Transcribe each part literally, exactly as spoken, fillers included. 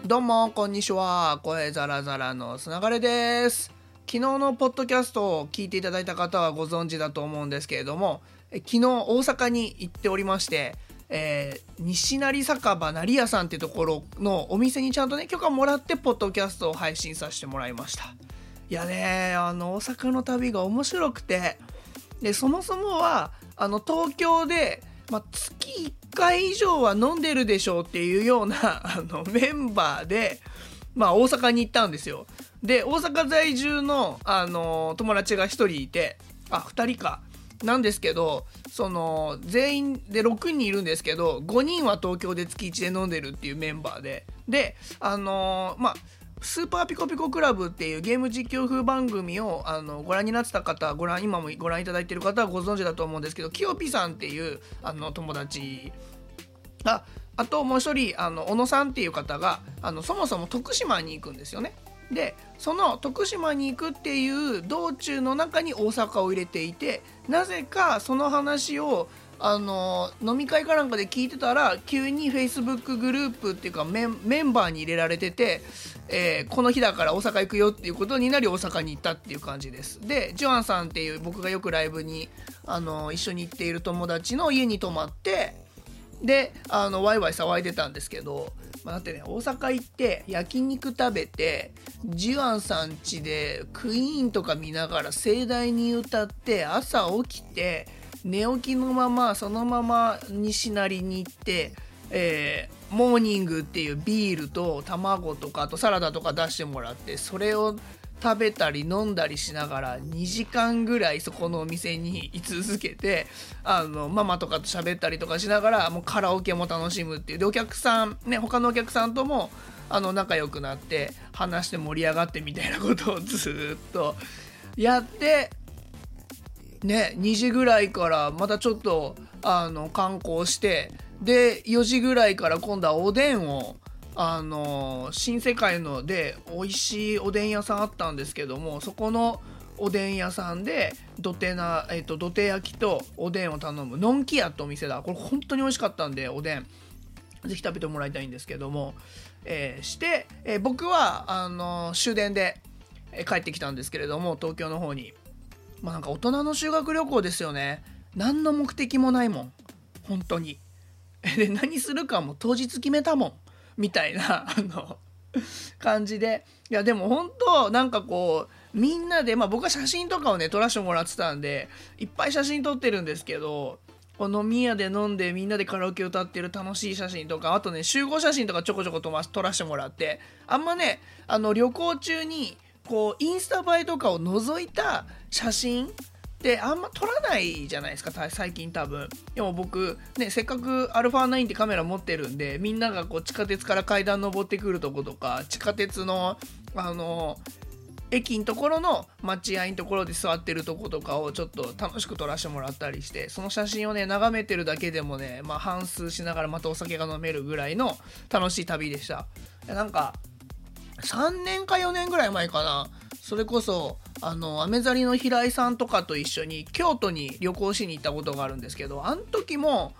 どうもこんにちは、声ザラザラのつながれです。昨日のポッドキャストを聞いていただいた方はご存知だと思うんですけれども、え昨日大阪に行っておりまして、えー、西成酒場成屋さんっていうところのお店にちゃんとね許可もらってポッドキャストを配信させてもらいました。いやね、あの大阪の旅が面白くて、でそもそもはあの東京で、まあ、月いっかい以上は飲んでるでしょうっていうようなあのメンバーで、まあ、大阪に行ったんですよ。で大阪在住の、あの友達がひとりいて、あふたりかなんですけど、その全員でろくにんいるんですけど、ごにんは東京で月いちで飲んでるっていうメンバーで、であのまあスーパーピコピコクラブっていうゲーム実況風番組をあのご覧になってた方、ご覧今もご覧いただいている方はご存知だと思うんですけど、きよぴさんっていうあの友達、ああともう一人あの小野さんっていう方があのそもそも徳島に行くんですよね。でその徳島に行くっていう道中の中に大阪を入れていて、なぜかその話をあの飲み会かなんかで聞いてたら急に Facebook グループっていうか メン, メンバーに入れられてて、えー、この日だから大阪行くよっていうことになり大阪に行ったっていう感じです。でジョアンさんっていう僕がよくライブにあの一緒に行っている友達の家に泊まって、であのワイワイ騒いでたんですけど、まあ、だってね大阪行って焼肉食べてジュアンさん家でクイーンとか見ながら盛大に歌って朝起きて寝起きのままそのまま西成に行って、えー、モーニングっていうビールと卵とかあとサラダとか出してもらって、それを食べたり飲んだりしながらにじかんぐらいそこのお店に居続けて、あのママとかと喋ったりとかしながらもうカラオケも楽しむっていう、でお客さんね他のお客さんともあの仲良くなって話して盛り上がってみたいなことをずっとやってね、にじぐらいからまたちょっとあの観光して、でよじぐらいから今度はおでんをあの新世界ので美味しいおでん屋さんあったんですけども、そこのおでん屋さんで土手な、えっと、土手焼きとおでんを頼むのんきやってお店だ。これ本当に美味しかったんでおでんぜひ食べてもらいたいんですけども、えー、して、えー、僕はあの終電で帰ってきたんですけれども、東京の方に。まあなんか大人の修学旅行ですよね。何の目的もないもん本当に。で何するかも当日決めたもんみたいなあの感じで、いやでも本当なんかこうみんなで、まあ僕は写真とかをね撮らせてもらってたんでいっぱい写真撮ってるんですけど、飲み屋で飲んでみんなでカラオケ歌ってる楽しい写真とか、あとね集合写真とかちょこちょこ撮らせてもらって、あんまねあの旅行中にこうインスタ映えとかを除いた写真ってあんま撮らないじゃないですか最近多分。でも僕ねせっかく アルファナイン ってカメラ持ってるんで、みんながこう地下鉄から階段登ってくるとことか、地下鉄のあの駅のところの待合のところで座ってるとことかをちょっと楽しく撮らせてもらったりして、その写真をね眺めてるだけでもね、まあ反芻しながらまたお酒が飲めるぐらいの楽しい旅でした。なんかさんねんかよねんぐらい前かな、それこそあのアメザリの平井さんとかと一緒に京都に旅行しに行ったことがあるんですけど、あの時も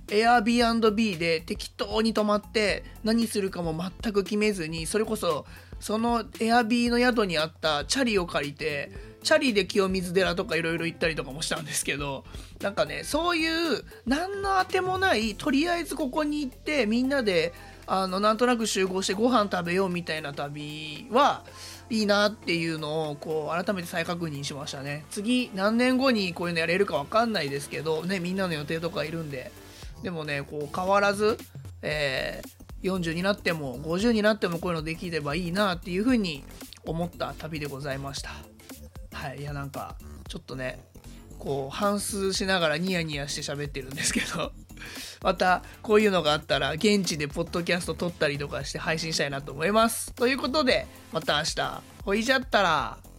Airbnb で適当に泊まって何するかも全く決めずに、それこそその Airb の宿にあったチャリを借りてチャリで清水寺とかいろいろ行ったりとかもしたんですけど、なんかねそういう何のあてもないとりあえずここに行ってみんなであのなんとなく集合してご飯食べようみたいな旅はいいなっていうのをこう改めて再確認しましたね。次何年後にこういうのやれるか分かんないですけどね、みんなの予定とかいるんで、でもねこう変わらず、えー、よんじゅうになってもごじゅうになってもこういうのできればいいなっていうふうに思った旅でございました。はい、いやなんかちょっとねこう反芻しながらニヤニヤして喋ってるんですけどまたこういうのがあったら現地でポッドキャスト撮ったりとかして配信したいなと思います。ということでまた明日ほいじゃったら。